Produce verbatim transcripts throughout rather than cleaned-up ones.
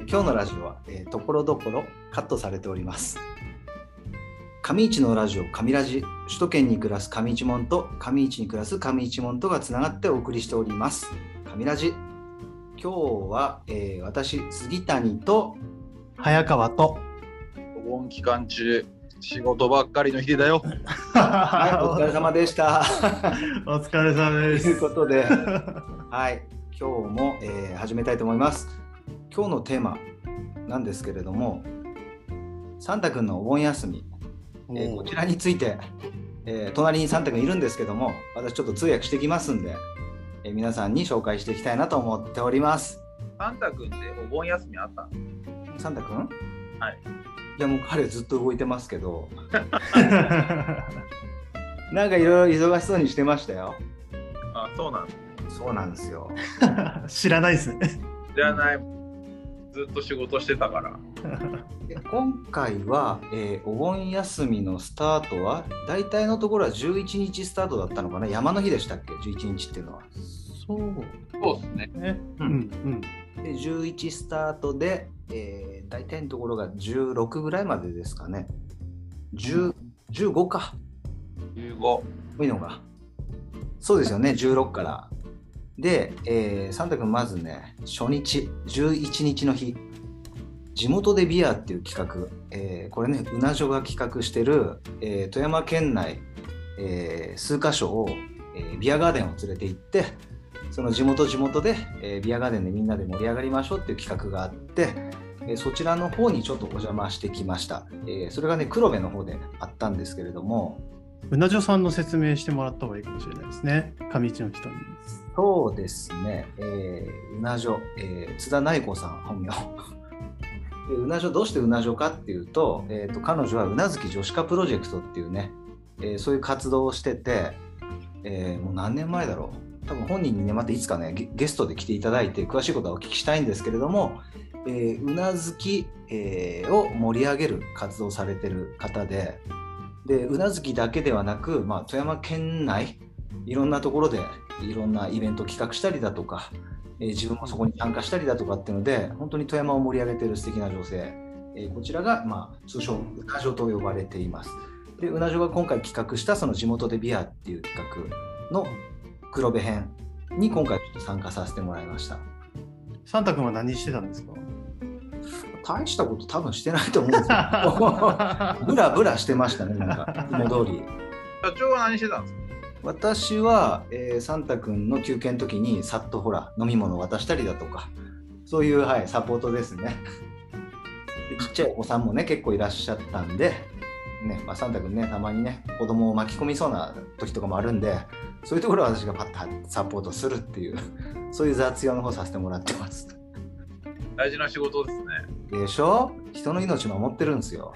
今日のラジオは、えー、ところどころカットされております。上市のラジオ上ラジ、首都圏に暮らす上市門と上市に暮らす上市門とがつながってお送りしております上ラジ。今日は、えー、私杉谷と早川とお盆期間中仕事ばっかりの日だよはい、お疲れ様でしたお疲れ様です。 ということではい今日も、えー、始めたいと思います。今日のテーマなんですけれども、サンタ君のお盆休み、えー、こちらについて、えー、隣にサンタ君いるんですけども、私ちょっと通訳してきますんで、えー、皆さんに紹介していきたいなと思っております。 サンタ君ってお盆休みあったの？ サンタ君？ はい。 いやもう彼ずっと動いてますけどなんかいろいろ忙しそうにしてましたよ。 あ、そうなんそうなんですよ知らないですね。 知らない。ずっと仕事してたから今回は、えー、お盆休みのスタートは大体のところはじゅういちにちスタートだったのかな。山の日でしたっけ、じゅういちにちっていうのは。 そうそうですね、 うんうん、 でじゅういちスタートで、えー、大体のところがじゅうろくぐらいまでですかね。じゅう、じゅうごかじゅうご。 多いのがそうですよね。じゅうろくからで、えー、サンタ君まずね、初日じゅういちにちの日、地元でビアっていう企画、えー、これね、うなじょが企画してる、えー、富山県内、えー、数カ所を、えー、ビアガーデンを連れて行って、その地元地元で、えー、ビアガーデンでみんなで盛り上がりましょうっていう企画があって、えー、そちらの方にちょっとお邪魔してきました。えー、それがね、黒部の方であったんですけれども、 うなじょさんの説明してもらった方がいいかもしれないですね、上市の人に。 そうですね、えー、うなじょ、えー、津田内子さん本名で、うなじょどうしてうなじょかっていうと、えーと、彼女はうなずき女子化プロジェクトっていうね、えー、そういう活動をしてて、えー、もう何年前だろう、多分本人にねまたいつかね ゲ, ゲストで来ていただいて詳しいことはお聞きしたいんですけれども、えー、うなずき、えー、を盛り上げる活動をされてる方で、でうなずきだけではなく、まあ、富山県内いろんなところでいろんなイベントを企画したりだとか、えー、自分もそこに参加したりだとかっていうので、本当に富山を盛り上げている素敵な女性、えー、こちらが、まあ、通称うなじょと呼ばれています。でうなじょが今回企画したその地元でビアっていう企画の黒部編に今回ちょっと参加させてもらいました。 サンタ君は何してたんですか？ 大したこと多分してないと思うんですけどブラブラしてましたね。なんかいつも通り。 社長は何してたんですか？ 私は、えー、サンタ君の休憩の時にさっとほら飲み物を渡したりだとか、そういう、はい、サポートですね。でちっちゃいお子さんもね結構いらっしゃったんで、ねまあ、サンタ君ねたまにね子供を巻き込みそうな時とかもあるんで、そういうところは私がパッとサポートするっていうそういう雑用の方させてもらってます。 大事な仕事ですね。 でしょ、人の命守ってるんですよ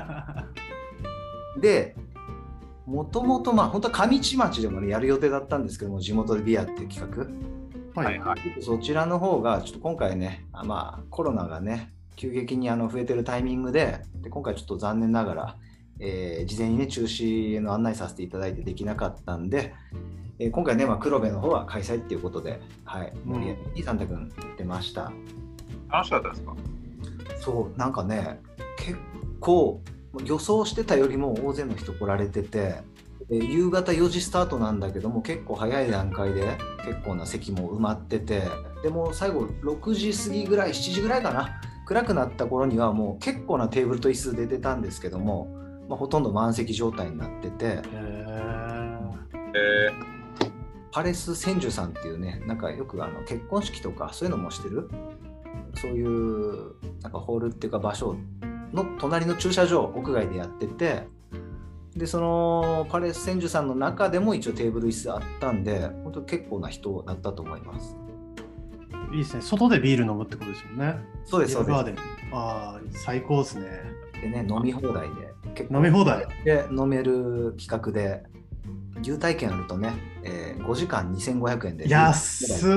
でもともとまあ本当は上市町でもねやる予定だったんですけども、地元でビアっていう企画、はいはい、 そちらの方がちょっと今回ね、まあ、コロナがね急激にあの増えてるタイミング で, で今回ちょっと残念ながら、えー、事前にね中止の案内させていただいてできなかったんで、えー、今回ね、まあ、黒部の方は開催っていうことで、はい、盛り上げにサンタ君言ってました。 楽しかったですか？ そうなんかね結構予想してたよりも大勢の人来られてて、夕方よじスタートなんだけども結構早い段階で結構な席も埋まってて、でも最後ろくじ過ぎぐらいしちじぐらいかな、暗くなった頃にはもう結構なテーブルと椅子出てたんですけども、まあ、ほとんど満席状態になってて、へえパレス千住さんっていうね、なんかよくあの結婚式とかそういうのもしてる、そういうなんかホールっていうか場所の隣の駐車場屋外でやってて、でそのパレス千住さんの中でも一応テーブル椅子あったんで、本当結構な人だったと思います。 いいですね。外でビール飲むってことですよね。 そうですそうです。 ガーデン、ああ最高ですね。 でね、飲み放題で結構飲み放題で飲める企画で、牛体験あるとね、えー、ごじかんにせんごひゃくえんで安っ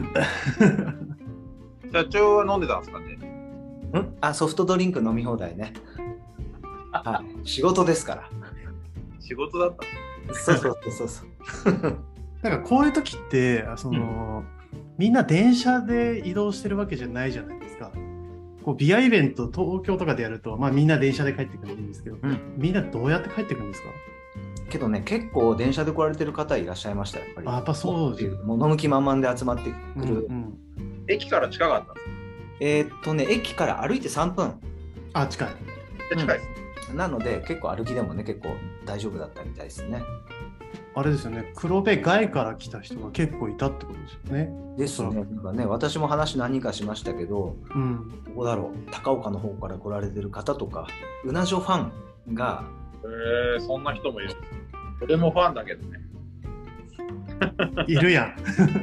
社長は飲んでたんですかね？ んあソフトドリンク飲み放題ねはい、仕事ですから。 仕事だったそうそうそうそうなんかこういう時ってその、うん、みんな電車で移動してるわけじゃないじゃないですか。 こうビアイベント東京とかでやると、まあ、みんな電車で帰ってくるんですけど、 うん、 みんなどうやって帰ってくるんですか？ けどね、結構電車で来られてる方いらっしゃいました、やっぱり。 あ、やっぱそうです。 もう飲む気満々で集まってくる。 うんうん、 駅から近かったんですか？ えーっとね、駅から歩いてさんぷん。 あ、近い。 近いです、 うん、なので、結構歩きでもね、結構大丈夫だったみたいですね。 あれですよね、黒部外から来た人が結構いたってことですよね。 ですね。なんかね、私も話何人かしましたけど、 うん、 どこだろう、高岡の方から来られてる方とか、うなじょファンが。 へえ、そんな人もいる。俺もファンだけどね。 いるやん。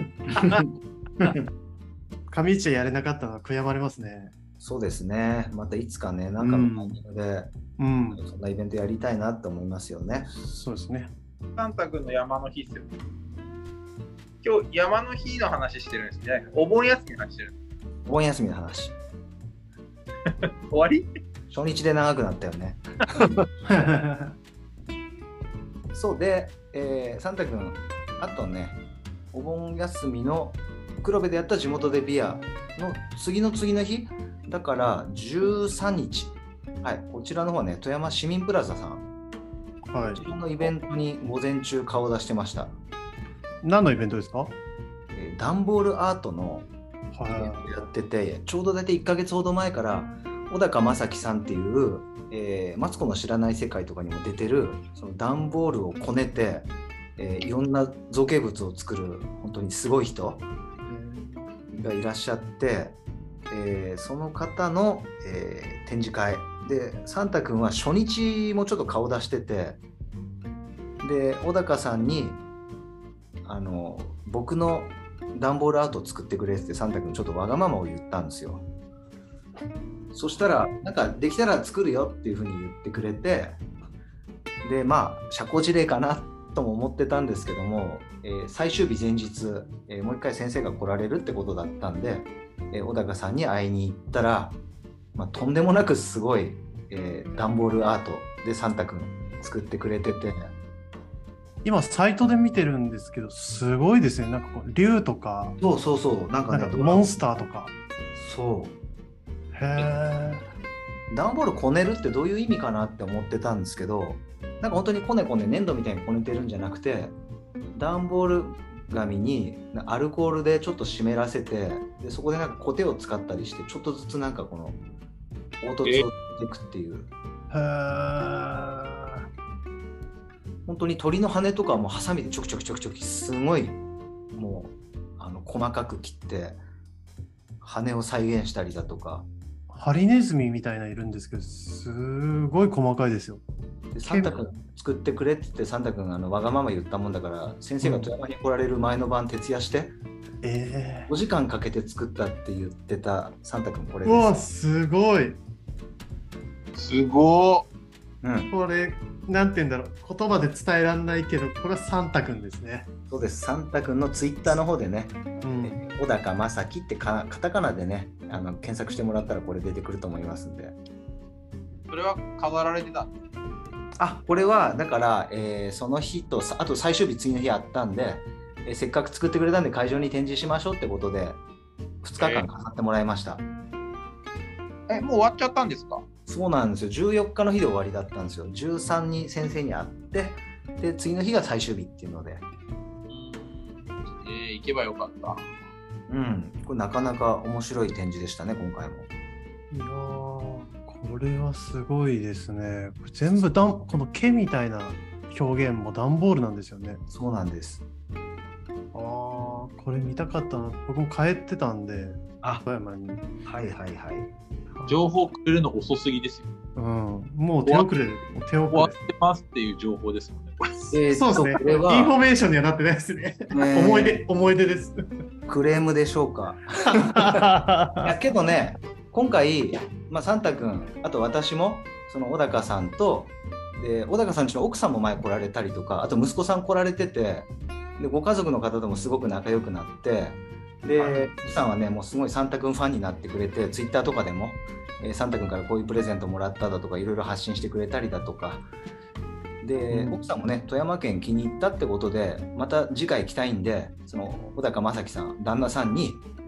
上市やれなかったのは悔やまれますね。 そうですね。またいつかね、なんかのタイミングで、 うんうん、 そんなイベントやりたいなと思いますよね。 そうですね。 サンタ君の山の日っすよ。今日山の日の話してるんですね。お盆休みの話してる。 お盆休みの話。 終わり？ 初日で長くなったよね。そうで、えー、サンタ君、あとね、お盆休みの黒部でやった地元でビアの次の次の日、だからじゅうさんにち、はい、こちらの方はね、富山市民プラザさん、 はい、 こちらのイベントに午前中顔を出してました。 何のイベントですか？ えー、段ボールアートのイベントやってて、はい、ちょうど大体いっかげつほど前から小高正樹さんっていう、えー、マツコの知らない世界とかにも出てるその段ボールをこねて、えー、いろんな造形物を作る本当にすごい人がいらっしゃって、えー、その方の、えー、展示会で、サンタ君は初日もちょっと顔出してて、で小高さんにあの僕の段ボールアートを作ってくれってサンタ君ちょっとわがままを言ったんですよ。そしたらなんかできたら作るよっていうふうに言ってくれて、でまあ社交辞令かなとも思ってたんですけども、えー、最終日前日、えー、もう一回先生が来られるってことだったんで、えー、小高さんに会いに行ったら、まあ、とんでもなくすごい、えー、段ボールアートでサンタ君作ってくれてて、 今サイトで見てるんですけど、すごいですね。なんかこう竜とか、 そうそうそう、なんかね、 なんかモンスターとか。 そう。 へー。段ボールこねるってどういう意味かなって思ってたんですけど、なんか本当にこねこね粘土みたいにこねてるんじゃなくて、段ボール紙にアルコールでちょっと湿らせて、でそこでなんかコテを使ったりしてちょっとずつなんかこの凹凸をしていくっていう。 へー。 本当に鳥の羽とかもハサミでちょくちょくちょくちょくすごいもうあの細かく切って羽を再現したりだとか。 ハリネズミみたいないるんですけど、すごい細かいですよ。 でサンタ君作ってくれって言ってサンタ君あのわがまま言ったもんだから、先生が富山に来られる前の晩徹夜して、 えー、 ごじかんかけて作ったって言ってたサンタ君これです。 うわすごい。 すごー、うん、 これなんて言うんだろう、言葉で伝えられないけど、これはサンタ君ですね。 そうです。サンタ君のツイッターの方でね、 うん、 え小高正樹ってかカタカナでねあの検索してもらったらこれ出てくると思いますんで。 それは飾られてた？ あ、これはだから、えー、その日とあと最終日次の日あったんで、えー、せっかく作ってくれたんで会場に展示しましょうってことでふつかかん飾ってもらいました。 えー、えもう終わっちゃったんですか？ そうなんですよ。じゅうよっかの日で終わりだったんですよ。じゅうさんに先生に会って、で次の日が最終日っていうので。 えー、行けばよかった。 うん、これなかなか面白い展示でしたね、今回も。 いやー、これはすごいですね。これ全部だんこの毛みたいな表現も段ボールなんですよね。 そうなんです。 あー、これ見たかったな。僕も帰ってたんで、 あ、 富山に。 はいはいはい。 情報くれるの遅すぎですよ。 うん、もう手遅れる。もう手遅れ終わってますっていう情報ですもんね。 えー、 そうですね。 これはインフォメーションにはなってないですね。 ね思い出、思い出です。 クレームでしょうか。いやけどね、今回、まあ、サンタ君、あと私も、その小高さんと、で小高さんちの奥さんも前来られたりとか、あと息子さん来られてて、でご家族の方ともすごく仲良くなって、で奥さんはね、もうすごいサンタ君ファンになってくれて、ツイッターとかでも、えー、サンタ君からこういうプレゼントもらっただとか、いろいろ発信してくれたりだとか。で、うん、奥さんもね富山県気に入ったってことでまた次回来たいんで、その小高正樹さん旦那さんに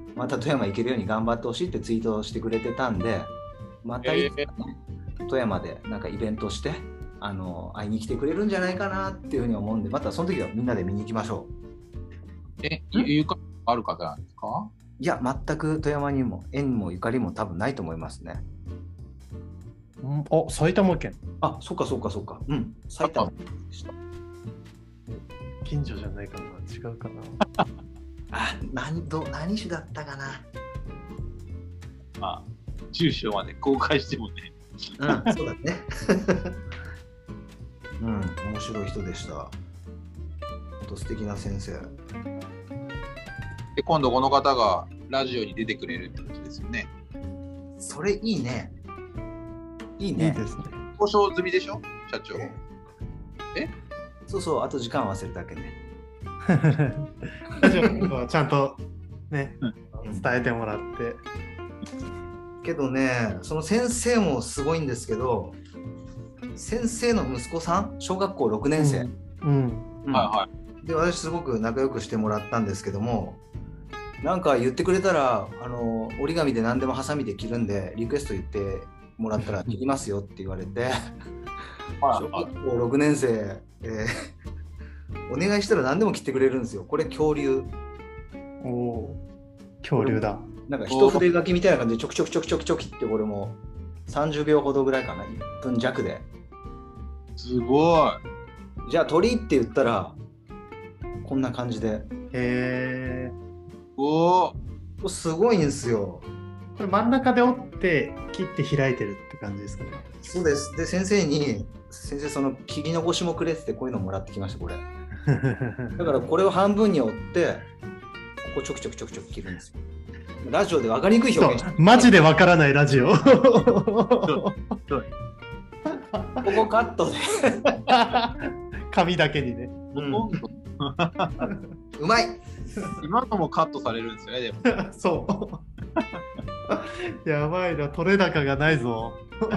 また富山行けるように頑張ってほしいってツイートをしてくれてたんで、またいつかね、えー、富山でなんかイベントしてあの会いに来てくれるんじゃないかなっていうふうに思うんで、またその時はみんなで見に行きましょう。え、ゆかある方なんですか？ いや、全く富山にも縁もゆかりも多分ないと思いますね。 うん、あ、埼玉県。 あ、そっかそっかそっか。うん、埼玉でした。 近所じゃないかな、違うかな。 あ、何ど何種だったかな。 まあ、住所まで公開してもね。 うん、そうだね。うん、面白い人でした。本当素敵な先生。 で、今度この方がラジオに出てくれるってことですよね。 それいいね。いいね。 いいですね。 交渉済みでしょ、社長。え？ え？そうそう、あと時間忘れたけね。 ラジオはちゃんとね、伝えてもらって。 けどね、その先生もすごいんですけど、先生の息子さん、小学校ろくねん生。 うんうんうん、はいはい。で、私すごく仲良くしてもらったんですけども、なんか言ってくれたら、あの折り紙で何でもハサミで切るんで、リクエスト言ってもらったら切りますよって言われて、小学校ろくねん生、えー、お願いしたら何でも切ってくれるんですよ。これ恐竜。 おお、恐竜だ。 なんか一筆書きみたいな感じでちょくちょくちょくちょくちょくって、これもさんじゅうびょうほどぐらいかな、いっぷん弱で。 すごい。 じゃあ鳥って言ったらこんな感じで。へえ。 おお。すごいんですよ。 これ真ん中で折って切って開いてるって感じですかね。 そうです。で先生に先生その切り残しもくれってこういうのもらってきましたこれ。だからこれを半分に折ってここちょくちょくちょくちょく切るんですよ。ラジオで分かりにくい表現。 マジで分からないラジオ。ここカットで紙だけにね。 うん、うまい。 今のもカットされるんですよね、でも。 そう。やばいな、取れ高がないぞ。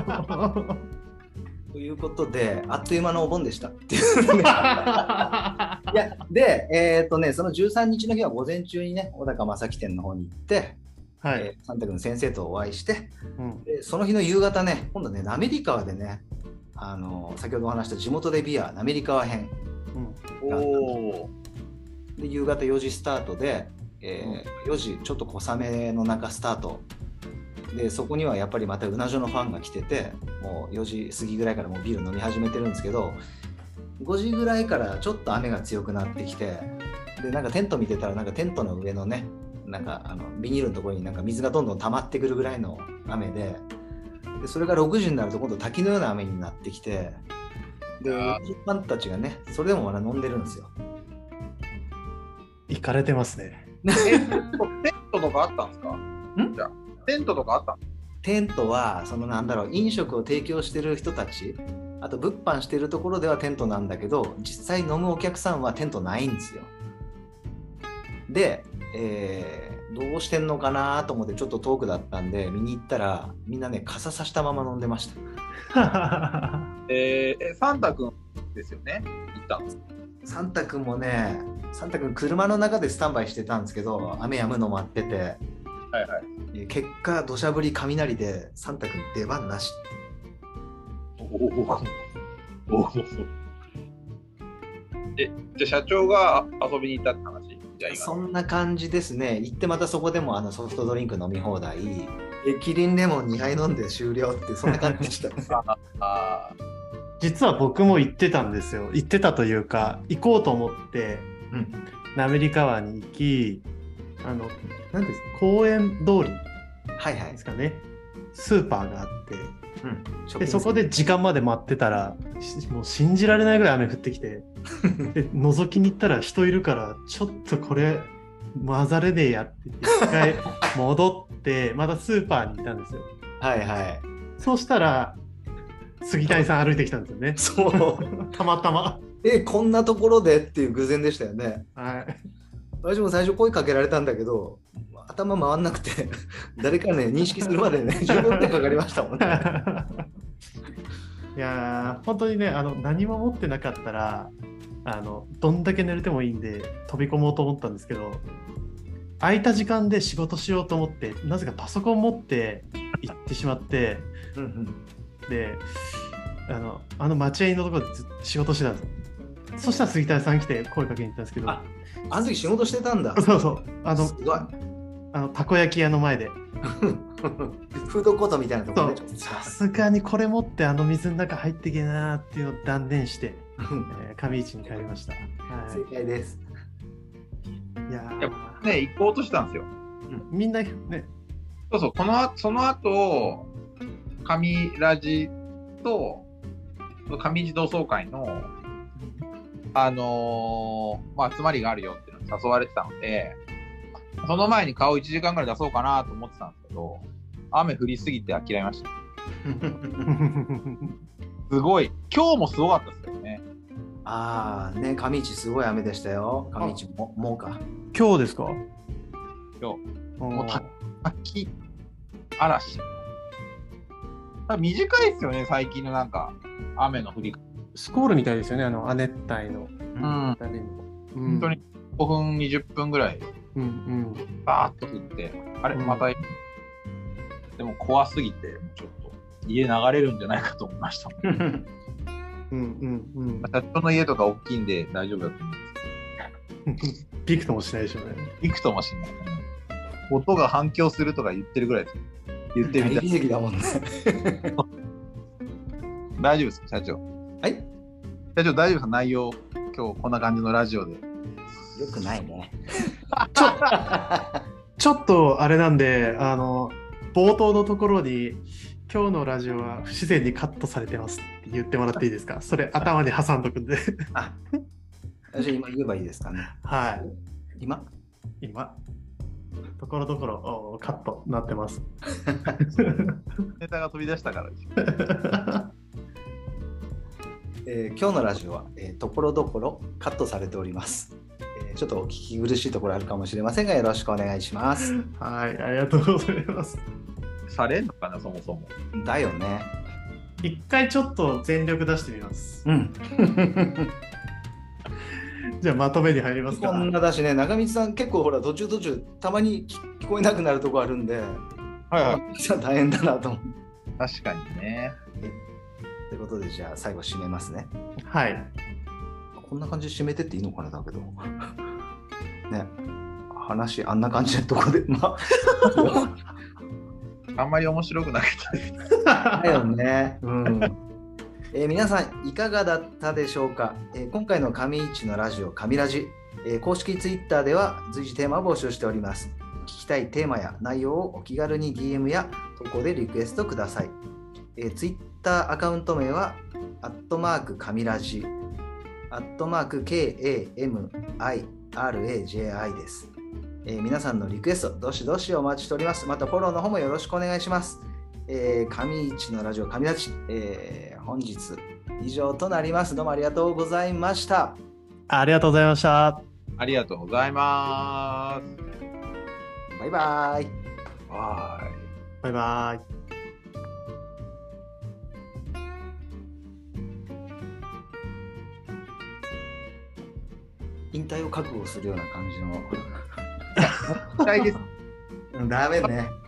ということで、あっという間のお盆でしたっていう、ね。いやで、えーっとね、そのじゅうさんにちの日は午前中にね、小高正樹店の方に行って、はい、えー、サンタ君先生とお会いして、うん、でその日の夕方ね、今度ね、滑川でね、あの先ほどお話した地元でビア、滑川編があったんです。おー。で夕方よじスタートで、えー、よじちょっと小雨の中スタートで、そこにはやっぱりまたうなじょのファンが来てて、もうよじ過ぎぐらいからもうビール飲み始めてるんですけど、ごじぐらいからちょっと雨が強くなってきて、でなんかテント見てたらなんかテントの上のね、なんかあのビニールのところになんか水がどんどん溜まってくるぐらいの雨で、でそれがろくじになると今度滝のような雨になってきて、でファンたちがねそれでもまだ飲んでるんですよ。 行かれてますね。 テントとかあったんですか？ん？じゃあテントとかあったの？ テントはそのなんだろう、飲食を提供してる人たち、あと物販してるところではテントなんだけど、実際飲むお客さんはテントないんですよ。で、えー、どうしてんのかなと思ってちょっと遠くだったんで見に行ったら、みんなね傘さしたまま飲んでました。 えー、サンタ君ですよね、行ったんですか？ サンタ君もね、サンタ君車の中でスタンバイしてたんですけど、雨止むの待ってて、はいはい、結果土砂降り雷でサンタ君出番なし。 おおおお。え、じゃあ社長が遊びに行ったって話？じゃあそんな感じですね。行ってまたそこでもあのソフトドリンク飲み放題、えキリンレモンにはい飲んで終了ってそんな感じでした。ああ、 実は僕も行ってたんですよ。行ってたというか行こうと思って、うん、滑川に行き、あの何ですか、公園通りですかね、はいはい、スーパーがあって、うん、でそこで時間まで待ってたらもう信じられないぐらい雨降ってきてで覗きに行ったら人いるからちょっとこれ混ざれねえやって言って一回戻ってまたスーパーに行ったんですよ。はいはい。そうしたら杉谷さん歩いてきたんですよね。そうたまたまえこんなところでっていう偶然でしたよね。はい。私も最初声かけられたんだけど頭回んなくて誰かね認識するまでねじゅうごふんかかりましたもんね。 いやー本当にね、あの何も持ってなかったらあのどんだけ濡れてもいいんで飛び込もうと思ったんですけど、 空いた時間で仕事しようと思ってなぜかパソコン持って行ってしまってうん、うん、であのあの待合のところでずっと仕事してたんですよ。そしたら杉田さん来て声かけに行ったんですけど、 ああの時仕事してたんだ。 そうそうあのすごいあのたこ焼き屋の前でフードコートみたいなところでさすがにこれ持ってあの水の中入っていけなーっていうのを断念して、えー、上市に帰りました。はい、 正解です。 いやね行こうとしたんですよ、 うん、みんなねそうそうこのその後上ラジと上市同窓会のあのー、まあ集まりがあるよっていうのに誘われてたので、その前に顔いちじかんぐらい出そうかなと思ってたんですけど、雨降りすぎて諦めました。すごい今日もすごかったですよね。 ああね、上市すごい雨でしたよ。上市ももうか。 今日ですか？ 今日。もう滝嵐。短いですよね、最近のなんか雨の降り。 スコールみたいですよね、あの亜熱帯の。 うん。うん、本当にごふんにじゅっぷんぐらい。うんうん。バーッと降って、あれ、うん、また。でも怖すぎて、ちょっと家流れるんじゃないかと思いました。うんうんうん。社長の家とか大きいんで大丈夫だと思うんです。 びくともしないでしょうね。 びくともしない。音が反響するとか言ってるぐらいです。言ってみたい。 だもんね。 大丈夫ですか、社長。 はい。 社長大丈夫ですか、内容今日こんな感じのラジオで。よくないね。 ちょちょっとあれなんで、あの冒頭のところに今日のラジオは不自然にカットされてますって言ってもらっていいですか？それ頭に挟んどくんで。 あ、じゃあ今言えばいいですかね。 はい。 今？ 今。ところどころカットなってます。 ネタが飛び出したからです。 えー、今日のラジオは、えー、ところどころカットされております。えー、ちょっとお聞き苦しいところあるかもしれませんが、よろしくお願いします。 はい、ありがとうございます。 されんのかな、そもそも。 だよね。 一回ちょっと全力出してみます。 うん。 じゃあまとめに入りますか。 こんなだしね、中道さん結構ほら途中途中たまに聞こえなくなるとこあるんで、 はいはい。 大変だなと思う。 確かにね。 ということで、じゃあ最後締めますね。 はい。 こんな感じで締めてっていいのかな、だけど。ね。話あんな感じのとこで、まあ。あんまり面白くなかったです。 だよね。うん。えー、皆さんいかがだったでしょうか。えー、今回の上市のラジオ上ラジ、えー、公式ツイッターでは随時テーマを募集しております。聞きたいテーマや内容をお気軽に ディーエム や投稿でリクエストください。えー、ツイッターアカウント名はアットマーク上ラジ、アットマーク ケーエーエムアイアールエージェーアイ です。えー、皆さんのリクエストどしどしお待ちしております。またフォローの方もよろしくお願いします。えー、上市のラジオ上ラジ、えー、本日以上となります。どうもありがとうございました。 ありがとうございました。 ありがとうございます。 バイバイ。 バイバイバイ。 引退を覚悟するような感じの。 引退です。 ダメね。